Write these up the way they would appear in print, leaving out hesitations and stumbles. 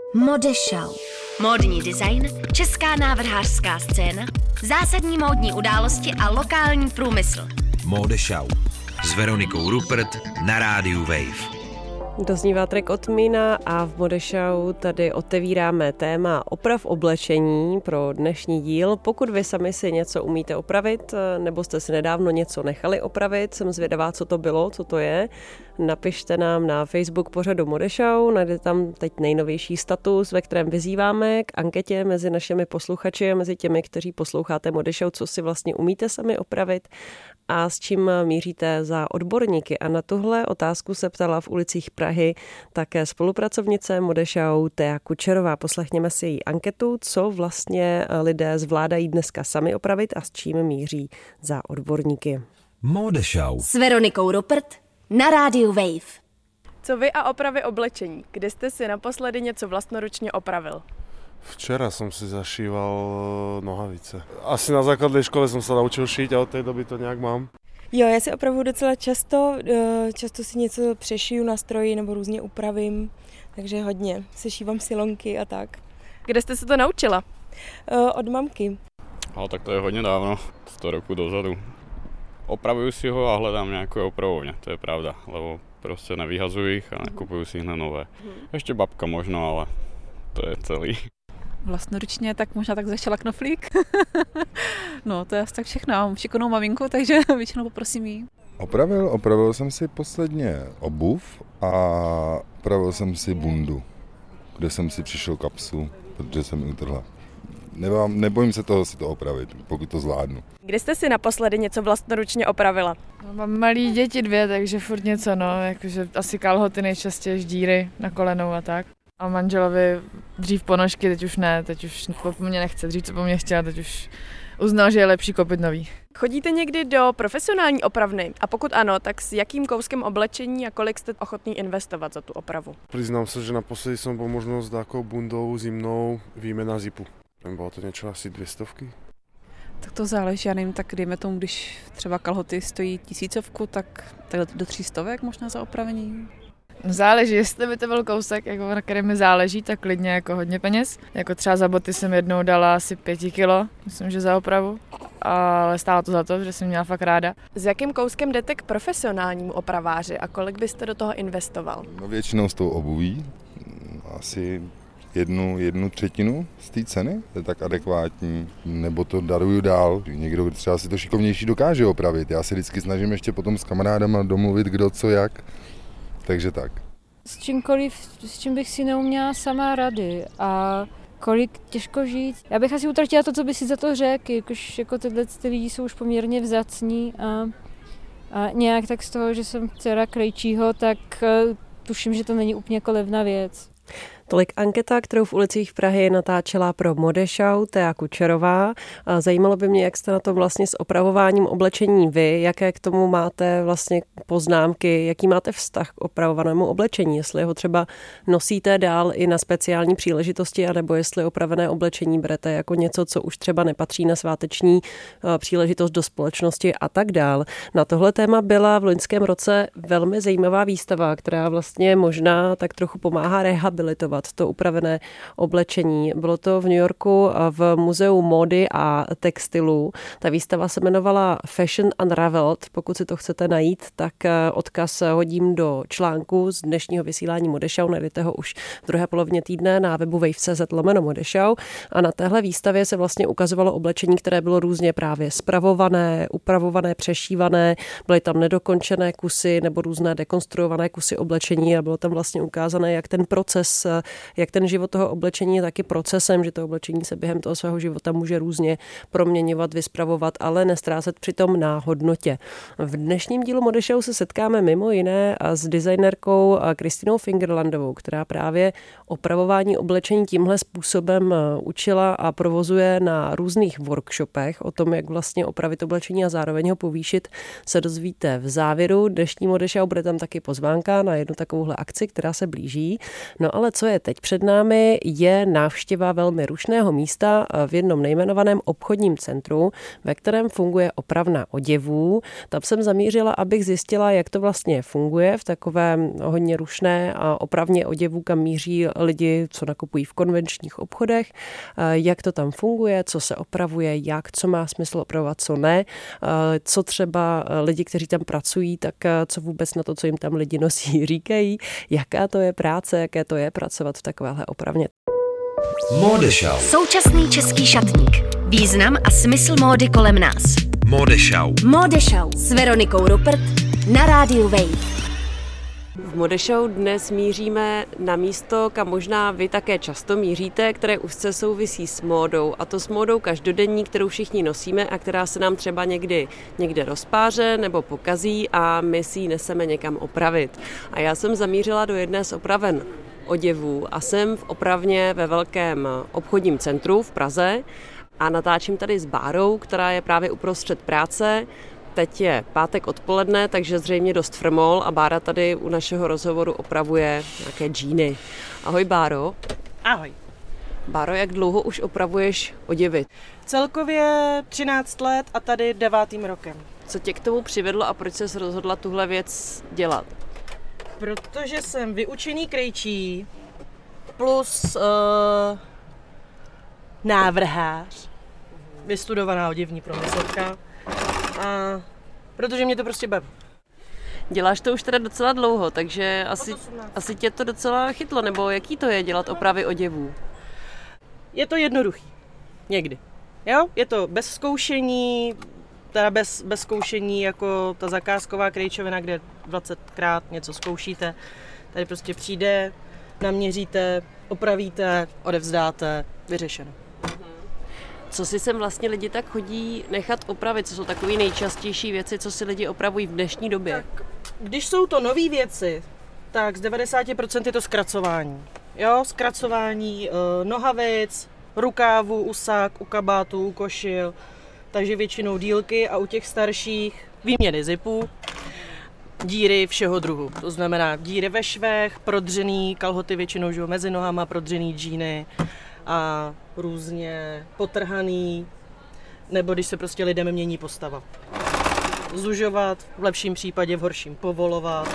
Modeshow. Módní design, česká návrhářská scéna, zásadní módní události a lokální průmysl. Modeshow s Veronikou Rupert na rádiu Wave. Doznívá track od Mina a v Modeshow tady otevíráme téma oprav oblečení pro dnešní díl. Pokud vy sami si něco umíte opravit, nebo jste si nedávno něco nechali opravit, jsem zvědavá, co to bylo, co to je. Napište nám na Facebook pořadu Modeshow, najdete tam teď nejnovější status, ve kterém vyzýváme k anketě mezi našimi posluchači a mezi těmi, kteří posloucháte Modeshow, co si vlastně umíte sami opravit a s čím míříte za odborníky. A na tuhle otázku se ptala v ulicích Prahy také spolupracovnice Modeshow Thea Kučerová. Poslechněme si její anketu, co vlastně lidé zvládají dneska sami opravit a s čím míří za odborníky. Modeshow S Veronikou Rupert na rádiu Wave. Co vy a opravy oblečení? Kdy jste si naposledy něco vlastnoručně opravil? Včera som si zašíval nohavice. Asi na základnej škole som sa naučil šiť a od tej doby to nějak mám. Jo, já si opravuju docela často. Často si něco přešiju na stroji nebo různě upravím, takže hodně. Sešívám silonky a tak. Kde jste se to naučila? Od mamky. Tak to je hodně dávno, 100 roků dozadu. Opravuju si ho a hledám nějakou opravovně, to je pravda, lebo prostě nevyhazuju ich a nekupuju si hned nové. Ještě babka možno, ale to je celý. Vlastnoručně, tak možná tak začala knoflík. No, to je asi tak všechno. Mám šikovnou maminku, takže většinou poprosím jí. Opravil jsem si posledně obuv a opravil jsem si bundu, kde jsem si přišel kapsu, protože jsem ji utrhla. Nebojím se toho si to opravit, pokud to zvládnu. Kdy jste si naposledy něco vlastnoručně opravila? Mám malý děti 2, takže furt něco, jakože asi kalhoty nejčastěji, díry na kolenou a tak. A manželovi dřív ponožky, teď už ne, teď už po mně nechce, dřív co po mně chtěl, teď už uznal, že je lepší koupit nový. Chodíte někdy do profesionální opravny? A pokud ano, tak s jakým kouskem oblečení a kolik jste ochotný investovat za tu opravu? Priznám sa, že naposledy som bol možno s takou bundou zimnou výmena zipu. Bylo to něco asi 200. Tak to záleží, já nevím, tak dejme tomu, když třeba kalhoty stojí 1000, tak do 300 možná za opravení. Záleží, jestli by to byl kousek, jako na kterém mi záleží, tak klidně jako hodně peněz. Jako třeba za boty jsem jednou dala asi 5 kilo, myslím, že za opravu, ale stálo to za to, že jsem měla fakt ráda. S jakým kouskem jdete k profesionálnímu opraváři a kolik byste do toho investoval? No většinou s tou obuví, asi jednu třetinu z té ceny, to je tak adekvátní, nebo to daruju dál. Někdo třeba si to šikovnější dokáže opravit, já se vždycky snažím ještě potom s kamarádama domluvit, kdo co jak. Takže tak. S čímkoliv, s čím bych si neuměla sama rady a kolik těžko žít. Já bych asi utratila to, co by si za to řekl, jakož jako tyhle lidi jsou už poměrně vzácní a nějak tak z toho, že jsem dcera krejčího, tak tuším, že to není úplně jako levná věc. Tolik anketa, kterou v ulicích Prahy natáčela pro Modeshow Thea Kučerová. Zajímalo by mě, jak jste na tom vlastně s opravováním oblečení vy, jaké k tomu máte vlastně poznámky, jaký máte vztah k opravovanému oblečení, jestli ho třeba nosíte dál i na speciální příležitosti, anebo jestli opravené oblečení berete jako něco, co už třeba nepatří na sváteční příležitost do společnosti a tak dál. Na tohle téma byla v loňském roce velmi zajímavá výstava, která vlastně možná tak trochu pomáhá rehabilitovat to upravené oblečení. Bylo to v New Yorku v muzeu módy a textilu. Ta výstava se jmenovala Fashion Unraveled. Pokud si to chcete najít, tak odkaz hodím do článku z dnešního vysílání Modeshow. Najdete ho už v druhé polovině týdne na webu wave.cz/Modeshow. A na téhle výstavě se vlastně ukazovalo oblečení, které bylo různě právě spravované, upravované, přešívané. Byly tam nedokončené kusy nebo různé dekonstruované kusy oblečení a bylo tam vlastně ukázané, jak ten proces, jak ten život toho oblečení je taky procesem, že to oblečení se během toho svého života může různě proměňovat, vyspravovat, ale nestrácet přitom na hodnotě. V dnešním dílu Modeshow se setkáme mimo jiné s designérkou Kristinou Fingerlandovou, která právě opravování oblečení tímhle způsobem učila a provozuje na různých workshopech. O tom, jak vlastně opravit oblečení a zároveň ho povýšit, se dozvíte v závěru dnešní Modeshow. Bude tam taky pozvánka na jednu takovouhle akci, která se blíží. No ale co je je teď před námi, je návštěva velmi rušného místa v jednom nejmenovaném obchodním centru, ve kterém funguje opravna oděvů. Tam jsem zamířila, abych zjistila, jak to vlastně funguje v takovém hodně rušné a opravně oděvů, kam míří lidi, co nakupují v konvenčních obchodech, jak to tam funguje, co se opravuje, jak, co má smysl opravovat, co ne, co třeba lidi, kteří tam pracují, tak co vůbec na to, co jim tam lidi nosí, říkají, jaká to je práce, jaké to je pracovat v takovéhle opravně. Modešau. Současný český šatník. Význam a smysl módy kolem nás. Modešau. Modešau s Veronikou Rupert na rádiu Wave. V Modešau dnes míříme na místo, kam možná vy také často míříte, které úzce souvisí s módou. A to s módou každodenní, kterou všichni nosíme a která se nám třeba někde rozpáře nebo pokazí a my si ji neseme někam opravit. A já jsem zamířila do jedné z opraven oděvů a jsem v opravně ve velkém obchodním centru v Praze a natáčím tady s Bárou, která je právě uprostřed práce. Teď je pátek odpoledne, takže zřejmě dost frmol a Bára tady u našeho rozhovoru opravuje nějaké džíny. Ahoj Báro. Ahoj. Báro, jak dlouho už opravuješ oděvy? Celkově 13 let a tady 9. rokem. Co tě k tomu přivedlo a proč jsi rozhodla tuhle věc dělat? Protože jsem vyučený krejčí plus návrhář, vystudovaná oděvní průmyslovka. A protože mě to prostě baví. Děláš to už teda docela dlouho, takže asi tě to docela chytlo, nebo jaký to je dělat opravy oděvů? Je to jednoduchý. Někdy. Jo? Je to bez zkoušení, teda bez zkoušení jako ta zakázková krejčovina, kde 20krát něco zkoušíte. Tady prostě přijde, naměříte, opravíte, odevzdáte, vyřešeno. Co si sem vlastně lidi tak chodí nechat opravit? Co jsou takové nejčastější věci, co si lidi opravují v dnešní době? Tak, když jsou to nové věci, tak z 90% je to zkracování. Jo, zkracování nohavic, rukávu, usák, u kabátů, u košil, takže většinou dílky a u těch starších výměny zipů, díry všeho druhu. To znamená díry ve švech, prodřený kalhoty většinou žijou mezi nohama, prodřený džíny a různě potrhaný, nebo když se prostě lidem mění postava. Zužovat, v lepším případě, v horším povolovat.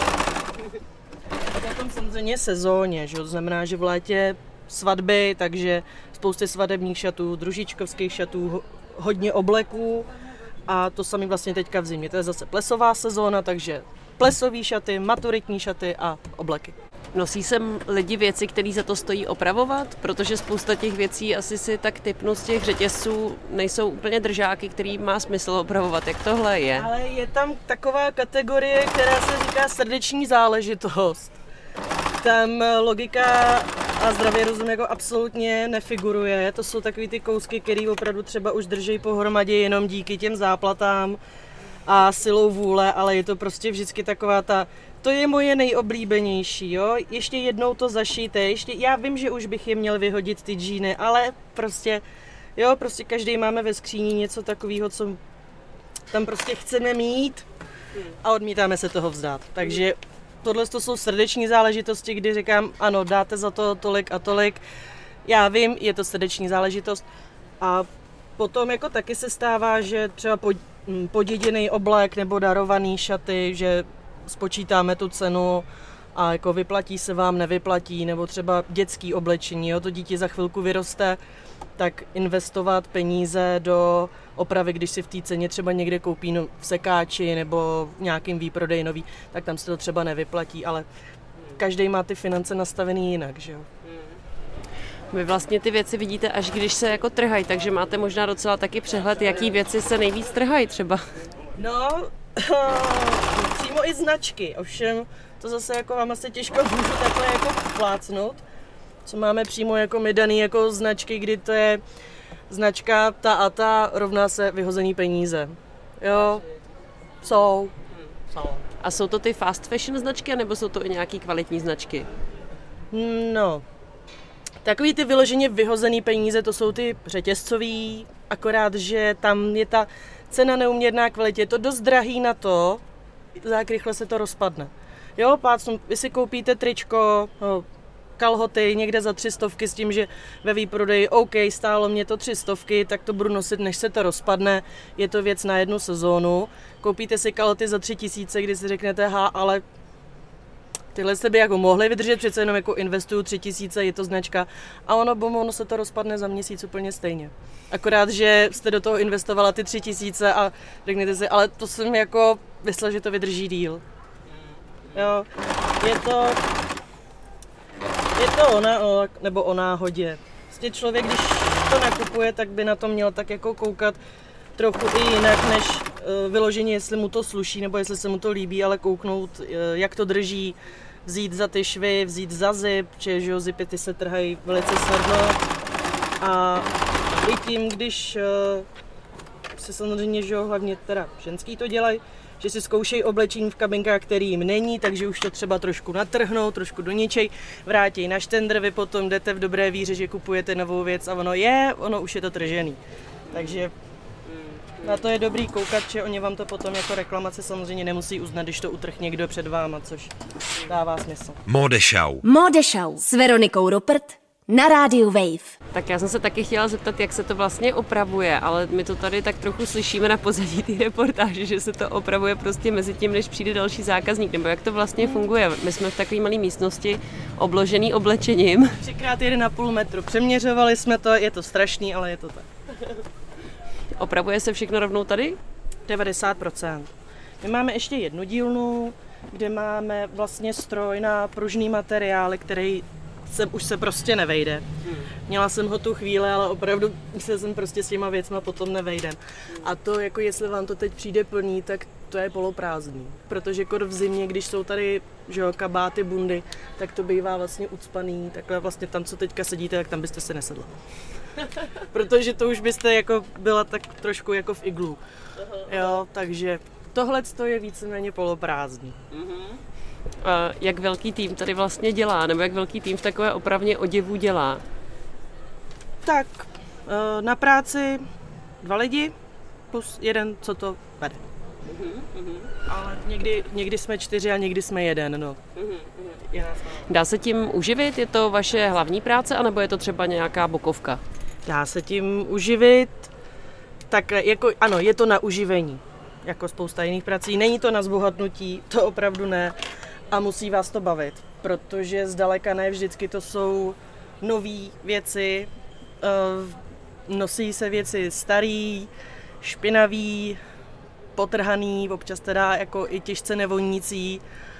A potom samozřejmě sezóně, že? To znamená, že v létě svatby, takže spousty svadebních šatů, družičkovských šatů, hodně obleků a to samé vlastně teďka v zimě. To je zase plesová sezóna, takže plesové šaty, maturitní šaty a obleky. Nosí sem lidi věci, které za to stojí opravovat? Protože spousta těch věcí asi si tak tipnu z těch řetězců nejsou úplně držáky, který má smysl opravovat. Jak tohle je? Ale je tam taková kategorie, která se říká srdeční záležitost. Tam logika a zdravý rozum jako absolutně nefiguruje. To jsou takový ty kousky, které opravdu třeba už drží pohromadě jenom díky těm záplatám a silou vůle, ale je to prostě vždycky taková ta... To je moje nejoblíbenější, jo. Ještě jednou to zašijte, já vím, že už bych je měl vyhodit ty džíny, ale prostě každý máme ve skříni něco takového, co tam prostě chceme mít a odmítáme se toho vzdát. Takže tohle to jsou srdeční záležitosti, kdy říkám, ano, dáte za to tolik a tolik. Já vím, je to srdeční záležitost. A potom jako taky se stává, že třeba poděděný oblek nebo darovaný šaty, že spočítáme tu cenu a jako vyplatí se vám, nevyplatí, nebo třeba dětský oblečení, jo, to dítě za chvilku vyroste, tak investovat peníze do opravy, když si v té ceně třeba někde koupí v sekáči nebo v nějakým výprodeji nový, tak tam se to třeba nevyplatí, ale každý má ty finance nastavený jinak, že jo. Vy vlastně ty věci vidíte, až když se jako trhají, takže máte možná docela taky přehled, jaký věci se nejvíc trhají třeba. No, přímo i značky, ovšem to zase jako vám asi těžko můžu takhle jako plácnout, co máme přímo jako my daný jako značky, kdy to je značka ta a ta rovná se vyhozený peníze. Jo, jsou. A jsou to ty fast fashion značky, nebo jsou to i nějaký kvalitní značky? No, takový ty vyloženě vyhozený peníze, to jsou ty řetězcový, akorát, že tam je ta cena neuměrná kvalitě, je to dost drahý na to, jak rychle se to rozpadne. Jo, plácnu, vy si koupíte tričko, kalhoty někde za 300 s tím, že ve výprodeji OK, stálo mě to 300, tak to budu nosit, než se to rozpadne, je to věc na jednu sezónu. Koupíte si kalhoty za 3000, kdy si řeknete, ale tyhle jste by jako mohli vydržet, přece jenom jako investuju 3000, je to značka a ono se to rozpadne za měsíc úplně stejně. Akorát, že jste do toho investovala ty 3000 a řeknete si, ale to jsem jako myslela, že to vydrží díl. Jo, je to o náhodě. Vlastně člověk, když to nakupuje, tak by na to měl tak jako koukat trochu i jinak, než vyloženě, jestli mu to sluší nebo jestli se mu to líbí, ale kouknout, jak to drží, vzít za ty švy, vzít za zip, že zipy ty se trhají velice snadno. A i tím, když se samozřejmě, že hlavně teda ženský to dělají, že si zkoušejí oblečení v kabinkách, který jim není, takže už to třeba trošku natrhnou, trošku doničej, vrátí na štendr, vy potom jdete v dobré víře, že kupujete novou věc a ono už je to tržený. Takže na to je dobrý koukat, že oni vám to potom jako reklamace samozřejmě nemusí uznat, když to utrh někdo před váma, což dává smysl. Modešau s Veronikou Rupert na rádiu Wave. Tak já jsem se taky chtěla zeptat, jak se to vlastně opravuje, ale my to tady tak trochu slyšíme na pozadí té reportáže, že se to opravuje prostě mezi tím, než přijde další zákazník, nebo jak to vlastně funguje. My jsme v takové malé místnosti obložený oblečením. 3x1,5 metru. Přeměřovali jsme to, je to strašný, ale je to tak. Opravuje se všechno rovnou tady? 90%. My máme ještě jednu dílnu, kde máme vlastně stroj na pružný materiály, který už se prostě nevejde. Měla jsem ho tu chvíli, ale opravdu se jsem prostě s těma věcma potom nevejdem. A to, jako jestli vám to teď přijde plný, tak to je poloprázdný. Protože jako v zimě, když jsou tady kabáty, bundy, tak to bývá vlastně ucpaný. Takhle vlastně tam, co teďka sedíte, tak tam byste se nesedla. Protože to už byste jako byla tak trošku jako v iglu. Jo, takže tohle je víceméně poloprázdný. Jak velký tým tady vlastně dělá, nebo jak velký tým v takové opravně oděvů dělá? Tak, na práci 2 lidi plus 1, co to vede. Ale někdy jsme 4 a někdy jsme 1, no. Dá se tím uživit? Je to vaše hlavní práce, anebo je to třeba nějaká bokovka? Dá se tím uživit, tak jako ano, je to na uživení, jako spousta jiných prací. Není to na zbohatnutí, to opravdu ne. A musí vás to bavit, protože zdaleka ne vždycky to jsou nové věci, nosí se věci starý, špinavý, potrhaný, občas teda jako i těžce nevonící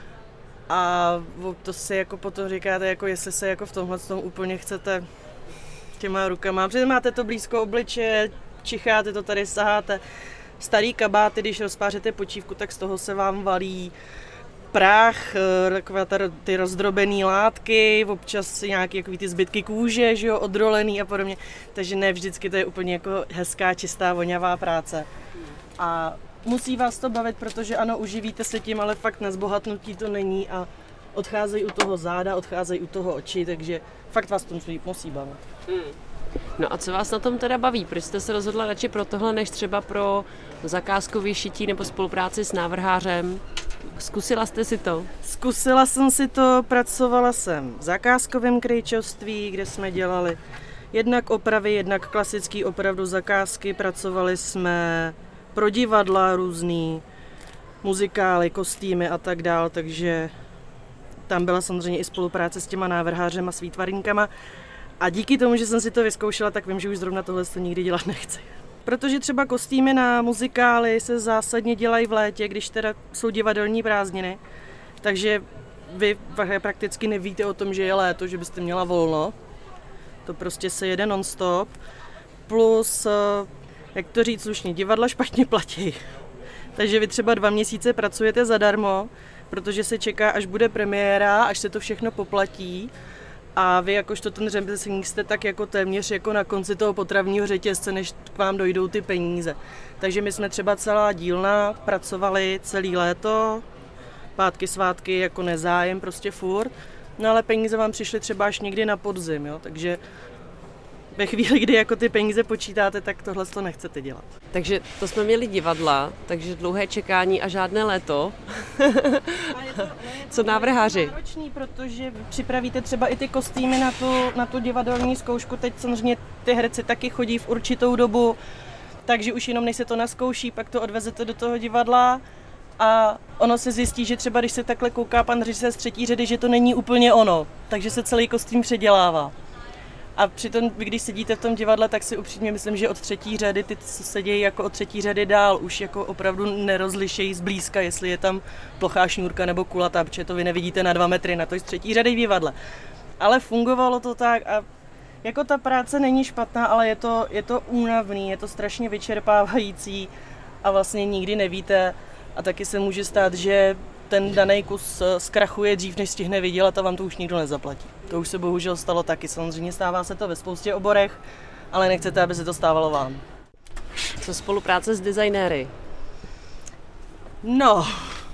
a to si jako potom říkáte, jako jestli se jako v tomhle úplně chcete těma rukama, protože máte to blízko obličeje, čicháte to tady, saháte, starý kabáty, když rozpářete počívku, tak z toho se vám valí prach, ty rozdrobené látky, občas nějaké jako ty zbytky kůže, že jo, odrolený a podobně. Takže ne vždycky to je úplně jako hezká, čistá, vonavá práce. A musí vás to bavit, protože ano, uživíte se tím, ale fakt na zbohatnutí to není a odcházejí u toho záda, odcházejí u toho oči, takže fakt vás to musí bavit. No a co vás na tom teda baví? Proč jste se rozhodla radši pro tohle, než třeba pro zakázkový šití nebo spolupráci s návrhářem? Zkusila jste si to? Zkusila jsem si to, pracovala jsem v zakázkovém krejčovství, kde jsme dělali jednak opravy, jednak klasický opravdu zakázky. Pracovali jsme pro divadla různý, muzikály, kostýmy a tak dál, takže tam byla samozřejmě i spolupráce s těma návrhářem a s výtvarníkama. A díky tomu, že jsem si to vyzkoušela, tak vím, že už zrovna tohle to nikdy dělat nechci. Protože třeba kostýmy na muzikály se zásadně dělají v létě, když teda jsou divadelní prázdniny. Takže vy prakticky nevíte o tom, že je léto, že byste měla volno. To prostě se jede non-stop. Plus, jak to říct slušně, divadla špatně platí. Takže vy třeba 2 měsíce pracujete zadarmo, protože se čeká, až bude premiéra, až se to všechno poplatí. A vy jakožto ten řemeslník jste tak jako téměř jako na konci toho potravního řetězce, než k vám dojdou ty peníze. Takže my jsme třeba celá dílna pracovali celý léto, pátky, svátky jako nezájem, prostě furt. No ale peníze vám přišly třeba až někdy na podzim, jo? Takže ve chvíli, kdy jako ty peníze počítáte, tak tohle to nechcete dělat. Takže to jsme měli divadla, takže dlouhé čekání a žádné léto. Co návrháři? Je to náročný, protože připravíte třeba i ty kostýmy na tu divadelní zkoušku. Teď samozřejmě ty herci taky chodí v určitou dobu, takže už jenom než se to naskouší, pak to odvezete do toho divadla a ono se zjistí, že třeba když se takhle kouká pan režisér z třetí řady, že to není úplně ono, takže se celý kostým předělává. A přitom, když sedíte v tom divadle, tak si upřímně myslím, že od třetí řady, ty, co sedějí jako od třetí řady dál, už jako opravdu nerozlišejí zblízka, jestli je tam plochá šňůrka nebo kulatá, protože to vy nevidíte na 2 metry, na to z třetí řady v divadle. Ale fungovalo to tak a jako ta práce není špatná, ale je to únavný, je to strašně vyčerpávající a vlastně nikdy nevíte a taky se může stát, že ten daný kus zkrachuje dřív, než stihne vydělat a vám to už nikdo nezaplatí. To už se bohužel stalo taky. Samozřejmě stává se to ve spoustě oborech, ale nechcete, aby se to stávalo vám. Co spolupráce s designéry? No,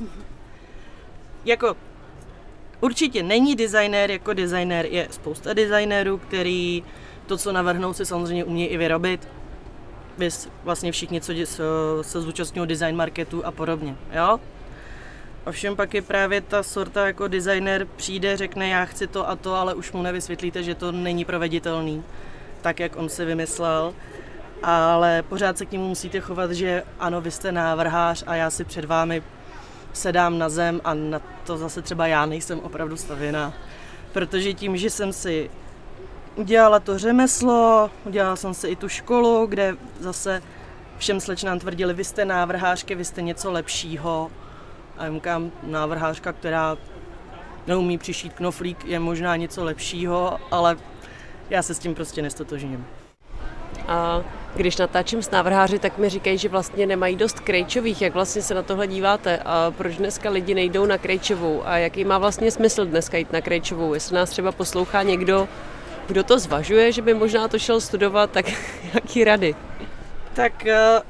jako určitě není designér jako designér. Je spousta designérů, který to, co navrhnou, si samozřejmě umí i vyrobit. Vys vlastně všichni, co se zúčastňují design marketu a podobně, jo? Ovšem pak je právě ta sorta, jako designér přijde, řekne já chci to a to, ale už mu nevysvětlíte, že to není proveditelný, tak jak on si vymyslel. Ale pořád se k němu musíte chovat, že ano, vy jste návrhář a já si před vámi sedám na zem a na to zase třeba já nejsem opravdu stavěná. Protože tím, že jsem si udělala to řemeslo, udělala jsem si i tu školu, kde zase všem slečnám tvrdili, vy jste návrhářky, vy jste něco lepšího. A já říkám, návrhářka, která neumí přišít knoflík, je možná něco lepšího, ale já se s tím prostě nestotožním. A když natáčím s návrháři, tak mi říkají, že vlastně nemají dost krejčových. Jak vlastně se na tohle díváte? A proč dneska lidi nejdou na krejčovou? A jaký má vlastně smysl dneska jít na krejčovou? Jestli nás třeba poslouchá někdo, kdo to zvažuje, že by možná to šel studovat, tak jaký rady? Tak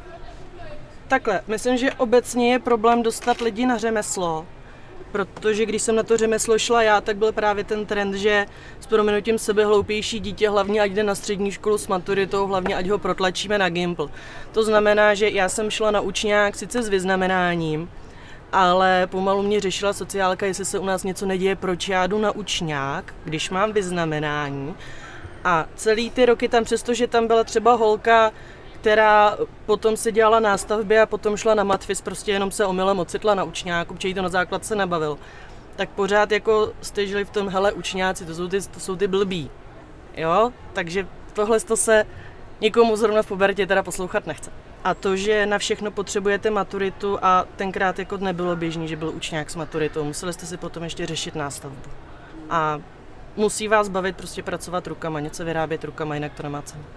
takhle, myslím, že obecně je problém dostat lidi na řemeslo, protože když jsem na to řemeslo šla já, tak byl právě ten trend, že s prominutím sebehloupější dítě hlavně ať jde na střední školu s maturitou, hlavně ať ho protlačíme na Gimpl. To znamená, že já jsem šla na učňák sice s vyznamenáním, ale pomalu mě řešila sociálka, jestli se u nás něco neděje, proč já jdu na učňák, když mám vyznamenání. A celý ty roky tam, přestože tam byla třeba holka, která potom si dělala nástavby a potom šla na matfiz, prostě jenom se omylem ocitla na učňáku, protože jí to na základce nebavil. Tak pořád jako jste žili v tom, hele, učňáci, to jsou ty blbí. Jo? Takže tohle se nikomu zrovna v pubertě teda poslouchat nechce. A to, že na všechno potřebujete maturitu a tenkrát jako nebylo běžný, že byl učňák s maturitou, museli jste si potom ještě řešit nástavbu. A musí vás bavit prostě pracovat rukama, něco vyrábět rukama, jinak to nemá cenu.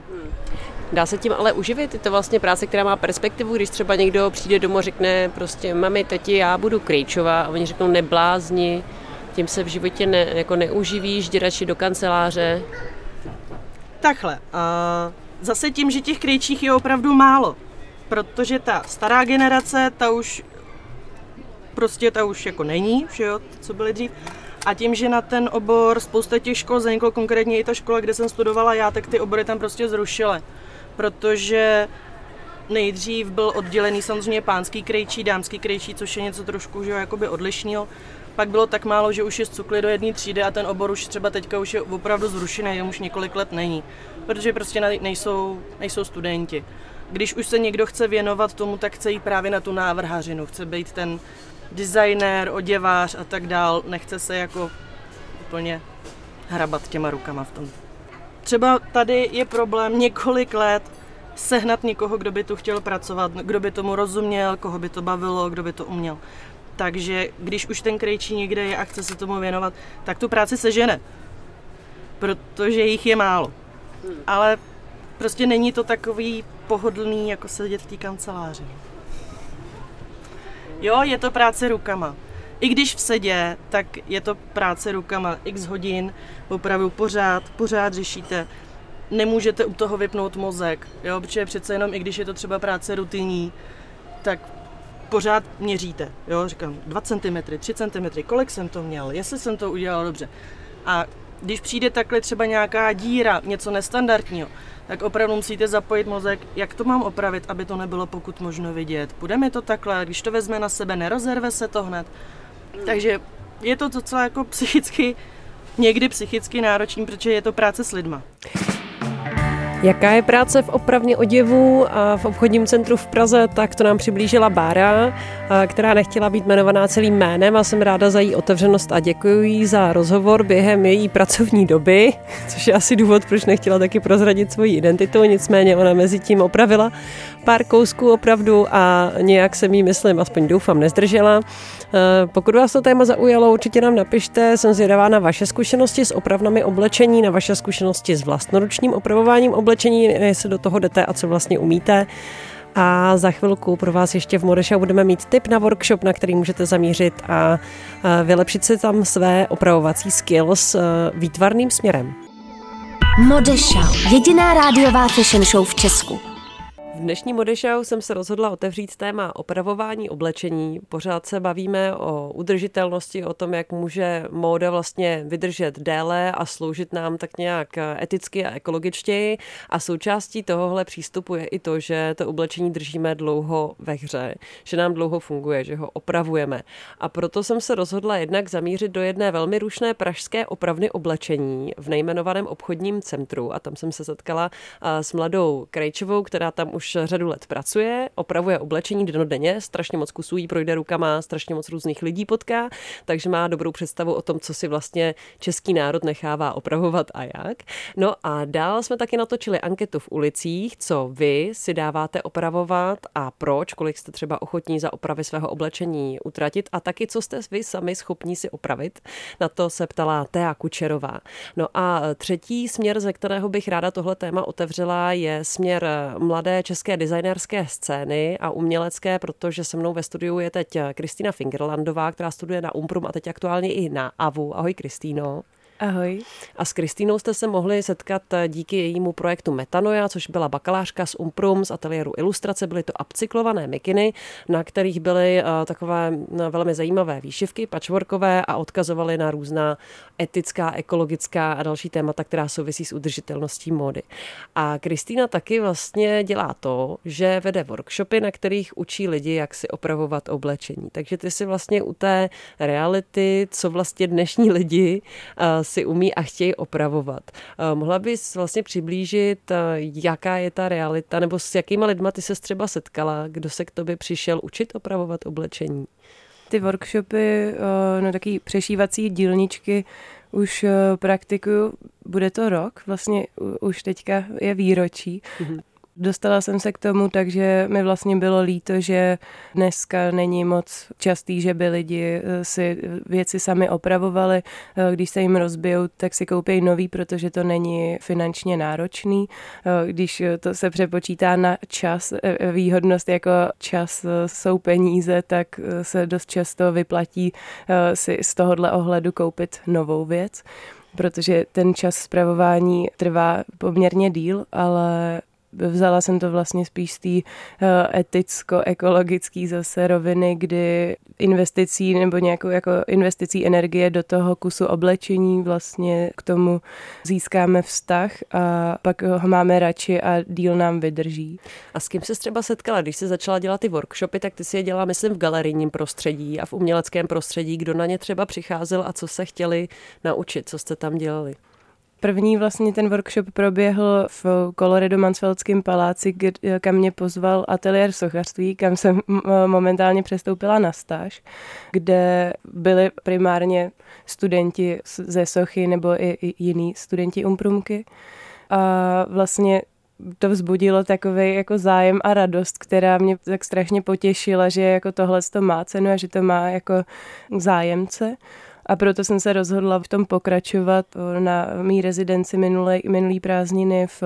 Dá se tím ale uživit? Je to vlastně práce, která má perspektivu, když třeba někdo přijde domů a řekne prostě mami, tati, já budu krejčová a oni řeknou neblázni, tím se v životě neuživíš, jdi radši do kanceláře. Takhle, zase tím, že těch krejčích je opravdu málo, protože ta stará generace, ta už jako není, že jo, co byly dřív. A tím, že na ten obor spousta těch škol zaniklo, konkrétně i ta škola, kde jsem studovala já, tak ty obory tam prostě zrušily. Protože nejdřív byl oddělený samozřejmě pánský krejčí, dámský krejčí, což je něco trošku že jakoby odlišného. Pak bylo tak málo, že už je zcukli do jedné třídy a ten obor už třeba teďka už je opravdu zrušený, už několik let není. Protože prostě nejsou studenti. Když už se někdo chce věnovat tomu, tak chce jít právě na tu návrhařinu, chce být ten designér, oděvář a tak dál, nechce se jako úplně hrabat těma rukama v tom. Třeba tady je problém několik let sehnat někoho, kdo by tu chtěl pracovat, kdo by tomu rozuměl, koho by to bavilo, kdo by to uměl. Takže když už ten krejčí někde je a chce se tomu věnovat, tak tu práci sežene, protože jich je málo. Ale prostě není to takový pohodlný, jako sedět v té kanceláři. Jo, je to práce rukama. I když v sedě, tak je to práce rukama. X hodin, opravdu pořád řešíte. Nemůžete u toho vypnout mozek, jo, protože přece jenom, i když je to třeba práce rutinní, tak pořád měříte. Jo, říkám 2 cm, 3 cm, kolik jsem to měl, jestli jsem to udělal dobře. A když přijde takhle třeba nějaká díra, něco nestandardního, tak opravdu musíte zapojit mozek, jak to mám opravit, aby to nebylo pokud možno vidět. Půjde mi to takhle, když to vezme na sebe, nerozerve se to hned. Takže je to docela jako někdy psychicky náročný, protože je to práce s lidma. Jaká je práce v opravně oděvů a v obchodním centru v Praze, tak to nám přiblížila Bára, která nechtěla být jmenovaná celým jménem a jsem ráda za její otevřenost a děkuji jí za rozhovor během její pracovní doby, což je asi důvod, proč nechtěla taky prozradit svoji identitu, nicméně ona mezi tím opravila pár kousků opravdu a nějak se jí, myslím, aspoň doufám, nezdržela. Pokud vás to téma zaujalo, určitě nám napište, jsem zvědavá na vaše zkušenosti s opravnami oblečení, na vaše zkušenosti s vlastnoručním opravováním oblečení, jestli do toho jdete a co vlastně umíte. A za chvilku pro vás ještě v Modeshow budeme mít tip na workshop, na který můžete zamířit a vylepšit si tam své opravovací skills výtvarným směrem. Modeshow, jediná rádiová fashion show v Česku. V dnešní Modeshow jsem se rozhodla otevřít téma opravování oblečení. Pořád se bavíme o udržitelnosti, o tom, jak může móda vlastně vydržet déle a sloužit nám tak nějak eticky a ekologičtěji. A součástí tohohle přístupu je i to, že to oblečení držíme dlouho ve hře, že nám dlouho funguje, že ho opravujeme. A proto jsem se rozhodla jednak zamířit do jedné velmi rušné pražské opravny oblečení v nejmenovaném obchodním centru. A tam jsem se setkala s mladou Krejčovou, která tam už řadu let pracuje, opravuje oblečení dennodenně, strašně moc kusů jí projde rukama, strašně moc různých lidí potká, takže má dobrou představu o tom, co si vlastně český národ nechává opravovat a jak. No a dál jsme taky natočili anketu v ulicích, co vy si dáváte opravovat a proč, kolik jste třeba ochotní za opravy svého oblečení utratit a taky, co jste vy sami schopní si opravit. Na to se ptala Thea Kučerová. No a třetí směr, ze kterého bych ráda tohle téma otevřela, je směr mladé české designerské scény a umělecké, protože se mnou ve studiu je teď Kristýna Fingerlandová, která studuje na Umprum a teď aktuálně i na AVU. Ahoj Kristýno. Ahoj. A s Kristýnou jste se mohli setkat díky jejímu projektu Metanoia, což byla bakalářka z Umprum, z ateliéru ilustrace. Byly to upcyklované mikiny, na kterých byly takové velmi zajímavé výšivky, patchworkové a odkazovaly na různá etická, ekologická a další témata, která souvisí s udržitelností módy. A Kristýna taky vlastně dělá to, že vede workshopy, na kterých učí lidi, jak si opravovat oblečení. Takže ty si vlastně u té reality, co vlastně dnešní lidi si umí a chtějí opravovat. Mohla bys vlastně přiblížit, jaká je ta realita, nebo s jakýma lidma ty ses třeba setkala, kdo se k tobě přišel učit opravovat oblečení? Ty workshopy, no taky přešívací dílničky už praktikuju, bude to rok, vlastně už teďka je výročí. Mm-hmm. Dostala jsem se k tomu, takže mi vlastně bylo líto, že dneska není moc častý, že by lidi si věci sami opravovali. Když se jim rozbijou, tak si koupí nový, protože to není finančně náročný. Když to se přepočítá na čas, výhodnost jako čas jsou peníze, tak se dost často vyplatí si z tohohle ohledu koupit novou věc, protože ten čas spravování trvá poměrně díl, ale vzala jsem to vlastně spíš z té eticko-ekologické zase roviny, kdy investicí nebo nějakou jako investicí energie do toho kusu oblečení vlastně k tomu získáme vztah a pak ho máme radši a díl nám vydrží. A s kým se třeba setkala, když jsi začala dělat ty workshopy, tak ty si je dělala, myslím, v galerijním prostředí a v uměleckém prostředí, kdo na ně třeba přicházel a co se chtěli naučit, co jste tam dělali? První vlastně ten workshop proběhl v Koloredo-Mansfeldském paláci, kam mě pozval ateliér sochařství, kam jsem momentálně přestoupila na stáž, kde byli primárně studenti ze sochy nebo i jiní studenti Umprumky. A vlastně to vzbudilo takový jako zájem a radost, která mě tak strašně potěšila, že jako tohle to má cenu a že to má jako zájemce. A proto jsem se rozhodla v tom pokračovat na mý rezidenci minulý prázdniny v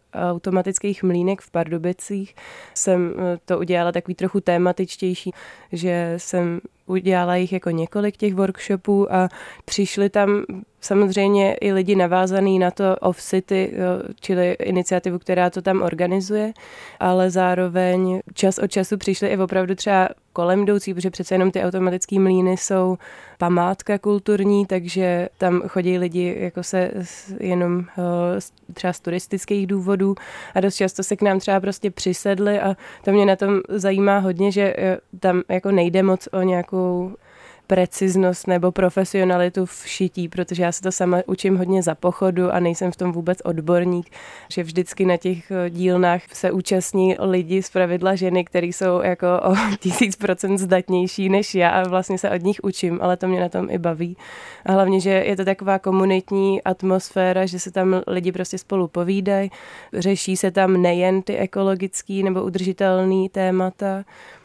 automatických mlýnek v Pardubicích jsem to udělala takový trochu tématičtější, že jsem udělala jich jako několik těch workshopů a přišli tam samozřejmě i lidi navázaný na to Off-City, čili iniciativu, která to tam organizuje, ale zároveň čas od času přišli i opravdu třeba kolem jdoucí, protože přece jenom ty automatické mlýny jsou památka kulturní, takže tam chodí lidi jako se jenom třeba z turistických důvodů a dost často se k nám třeba prostě přisedli a to mě na tom zajímá hodně, že tam jako nejde moc o nějakou preciznost nebo profesionalitu v šití, protože já se to sama učím hodně za pochodu a nejsem v tom vůbec odborník, že vždycky na těch dílnách se účastní lidi, zpravidla ženy, které jsou jako o 1000% zdatnější než já a vlastně se od nich učím, ale to mě na tom i baví. A hlavně, že je to taková komunitní atmosféra, že se tam lidi prostě spolu povídají, řeší se tam nejen ty ekologický nebo udržitelný témata,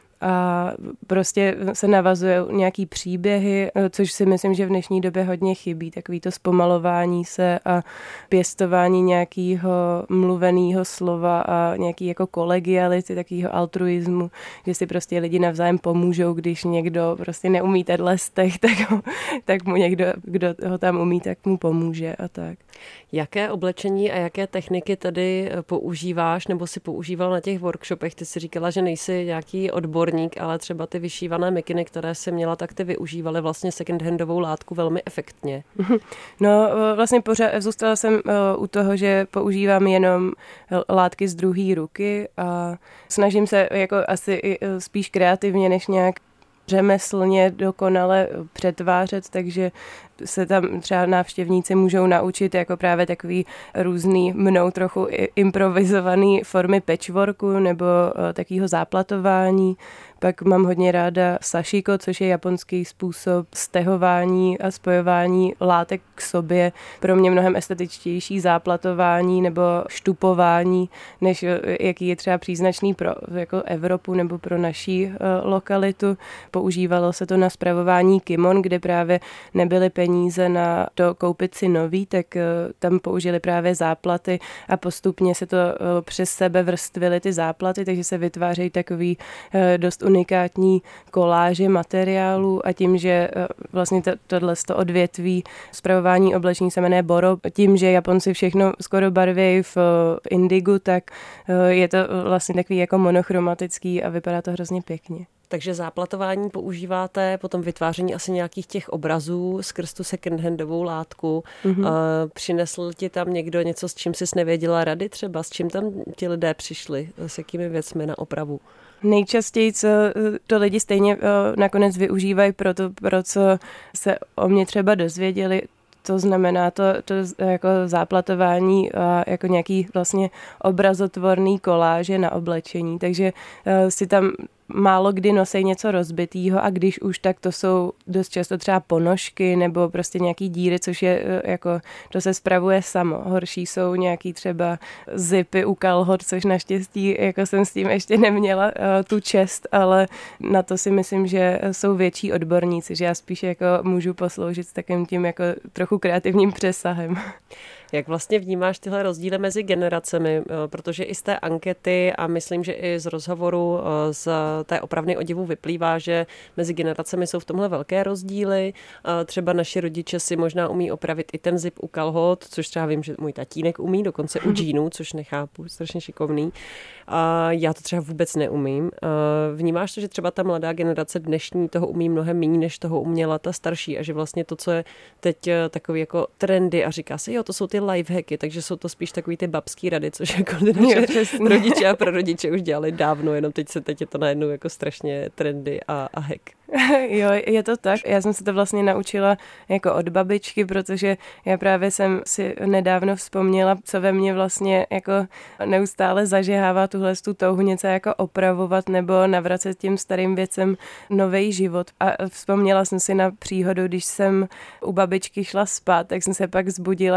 a prostě se navazuje nějaký příběhy, což si myslím, že v dnešní době hodně chybí, takový to zpomalování se a pěstování nějakého mluveného slova a nějaký jako kolegiality, takového altruismu, že si prostě lidi navzájem pomůžou, když někdo prostě neumí tenhle stech, tak mu někdo, kdo ho tam umí, tak mu pomůže a tak. Jaké oblečení a jaké techniky tady používáš nebo si používal na těch workshopech? Ty si říkala, že nejsi nějaký odborník, ale třeba ty vyšívané mikiny, které jsi měla, tak ty využívaly vlastně second-handovou látku velmi efektně. No vlastně pořád zůstala jsem u toho, že používám jenom látky z druhé ruky a snažím se jako asi spíš kreativně, než nějak řemeslně dokonale přetvářet, takže se tam třeba návštěvníci můžou naučit jako právě takový různý mnou trochu improvizovaný formy patchworku nebo takového záplatování. Pak mám hodně ráda sashiko, což je japonský způsob stehování a spojování látek k sobě. Pro mě mnohem estetičtější záplatování nebo štupování, než jaký je třeba příznačný pro jako Evropu nebo pro naší lokalitu. Používalo se to na spravování kimon, kde právě nebyly peníze na to koupit si nový, tak tam použili právě záplaty a postupně se to přes sebe vrstvily ty záplaty, takže se vytvářejí takový dost unikátní koláže materiálů a tím, že vlastně tohle odvětví spravování oblečení se jmenuje Boro, tím, že Japonci všechno skoro barvějí v indigu, tak je to vlastně takový jako monochromatický a vypadá to hrozně pěkně. Takže záplatování používáte, potom vytváření asi nějakých těch obrazů skrz tu second-handovou látku. Mm-hmm. Přinesl ti tam někdo něco, s čím jsi nevěděla rady třeba? S čím tam ti lidé přišli? S jakými věcmi na opravu? Nejčastěji, co to lidi stejně nakonec využívají pro co se o mě třeba dozvěděli, to znamená to jako záplatování a jako nějaký vlastně obrazotvorný koláže na oblečení. Takže si tam málo kdy nosej něco rozbitýho a když už, tak to jsou dost často třeba ponožky nebo prostě nějaký díry, což je jako, to se spravuje samo. Horší jsou nějaký třeba zipy u kalhot, což naštěstí jako jsem s tím ještě neměla tu čest, ale na to si myslím, že jsou větší odborníci, že já spíš jako můžu posloužit s takým tím jako trochu kreativním přesahem. Jak vlastně vnímáš tyhle rozdíly mezi generacemi, protože i z té ankety a myslím, že i z rozhovoru z té opravny oděvu vyplývá, že mezi generacemi jsou v tomhle velké rozdíly. Třeba naši rodiče si možná umí opravit i ten zip u kalhot, což třeba vím, že můj tatínek umí, dokonce u džínů, což nechápu, strašně šikovný. A já to třeba vůbec neumím. Vnímáš to, že třeba ta mladá generace dnešní toho umí mnohem méně, než toho uměla ta starší a že vlastně to, co je teď takový jako trendy a říká se, jo, to jsou ty lifehacky, takže jsou to spíš takový ty babský rady, což jako naše rodiče a prarodiče už dělali dávno, jenom teď je to najednou jako strašně trendy a hack. Jo, je to tak. Já jsem se to vlastně naučila jako od babičky, protože já právě jsem si nedávno vzpomněla, co ve mně vlastně jako neustále zažehává tu touhu něco jako opravovat nebo navracet tím starým věcem nový život. A vzpomněla jsem si na příhodu, když jsem u babičky šla spát, tak jsem se pak zbudila s opraveným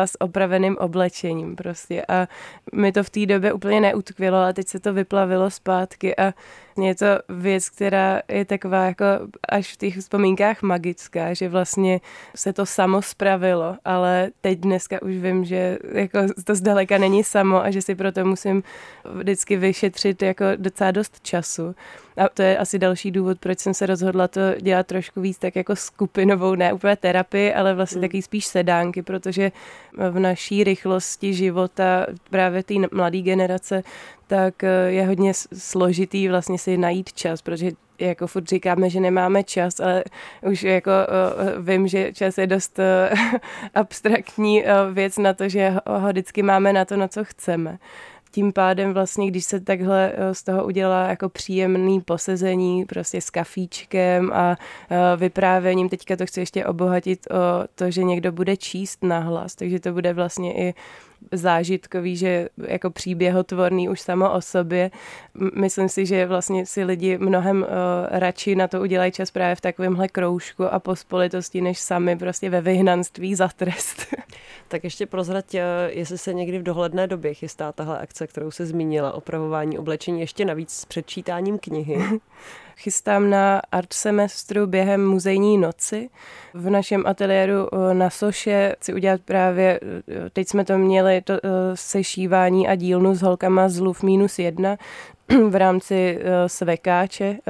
upraveným oblečením prostě a mi to v té době úplně neutkvělo a teď se to vyplavilo zpátky a je to věc, která je taková jako až v těch vzpomínkách magická, že vlastně se to samo spravilo, ale teď dneska už vím, že jako to zdaleka není samo a že si proto musím vždycky vyšetřit jako docela dost času. A to je asi další důvod, proč jsem se rozhodla to dělat trošku víc tak jako skupinovou, ne úplně terapii, ale vlastně taky spíš sedánky, protože v naší rychlosti života právě té mladé generace tak je hodně složitý vlastně si najít čas, protože jako furt říkáme, že nemáme čas, ale už jako vím, že čas je dost abstraktní věc na to, že ho vždycky máme na to, na co chceme. Tím pádem vlastně, když se takhle z toho udělá jako příjemný posezení prostě s kafíčkem a vyprávěním, teďka to chci ještě obohatit o to, že někdo bude číst nahlas, takže to bude vlastně i zážitkový, že jako příběhotvorný už samo o sobě. Myslím si, že vlastně si lidi mnohem radši na to udělají čas právě v takovémhle kroužku a pospolitosti, než sami prostě ve vyhnanství za trest. Tak ještě prozrať, jestli se někdy v dohledné době chystá tahle akce, kterou se zmínila, opravování oblečení, ještě navíc s předčítáním knihy. Chystám na art semestru během muzejní noci. V našem ateliéru na Soše chci udělat právě, teď jsme to měli, to sešívání a dílnu s holkama z LUV -1 v rámci sekáče,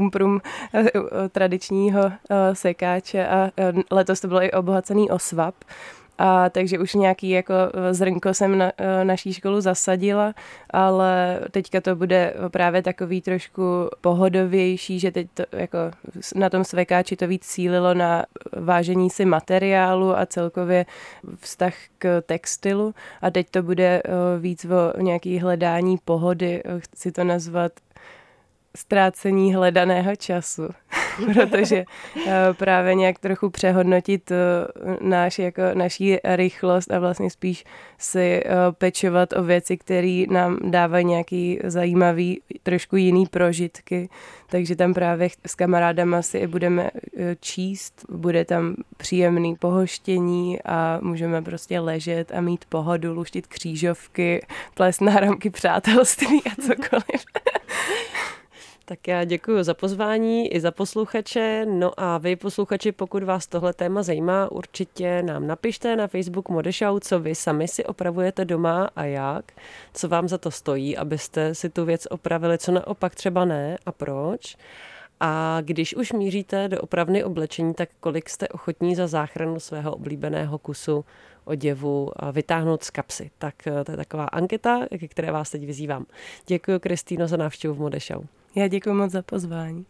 tradičního sekáče a letos to bylo i obohacený o svap. A takže už nějaký jako zrnko jsem na naší školu zasadila, ale teďka to bude právě takový trošku pohodovější, že teď to jako na tom svekáči to víc cílilo na vážení si materiálu a celkově vztah k textilu a teď to bude víc o nějaký hledání pohody, chci to nazvat ztrácení hledaného času, protože právě nějak trochu přehodnotit naší rychlost a vlastně spíš si pečovat o věci, které nám dávají nějaký zajímavý, trošku jiný prožitky. Takže tam právě s kamarádama si budeme číst, bude tam příjemný pohoštění a můžeme prostě ležet a mít pohodu, luštit křížovky, plést náramky přátelství a cokoliv. Tak já děkuji za pozvání i za posluchače. No a vy posluchači, pokud vás tohle téma zajímá, určitě nám napište na Facebook Modeshow, co vy sami si opravujete doma a jak, co vám za to stojí, abyste si tu věc opravili, co naopak třeba ne a proč. A když už míříte do opravny oblečení, tak kolik jste ochotní za záchranu svého oblíbeného kusu oděvu vytáhnout z kapsy. Tak to je taková anketa, ke které vás teď vyzývám. Děkuji, Kristýno, za návštěvu v Modeshow. Já děkuji moc za pozvání.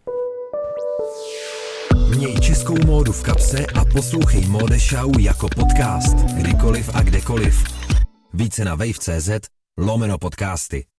Měj českou módu v kapse a poslouchej Modeshow jako podcast. Kdykoliv a kdekoliv. Více na wave.cz/podcasty.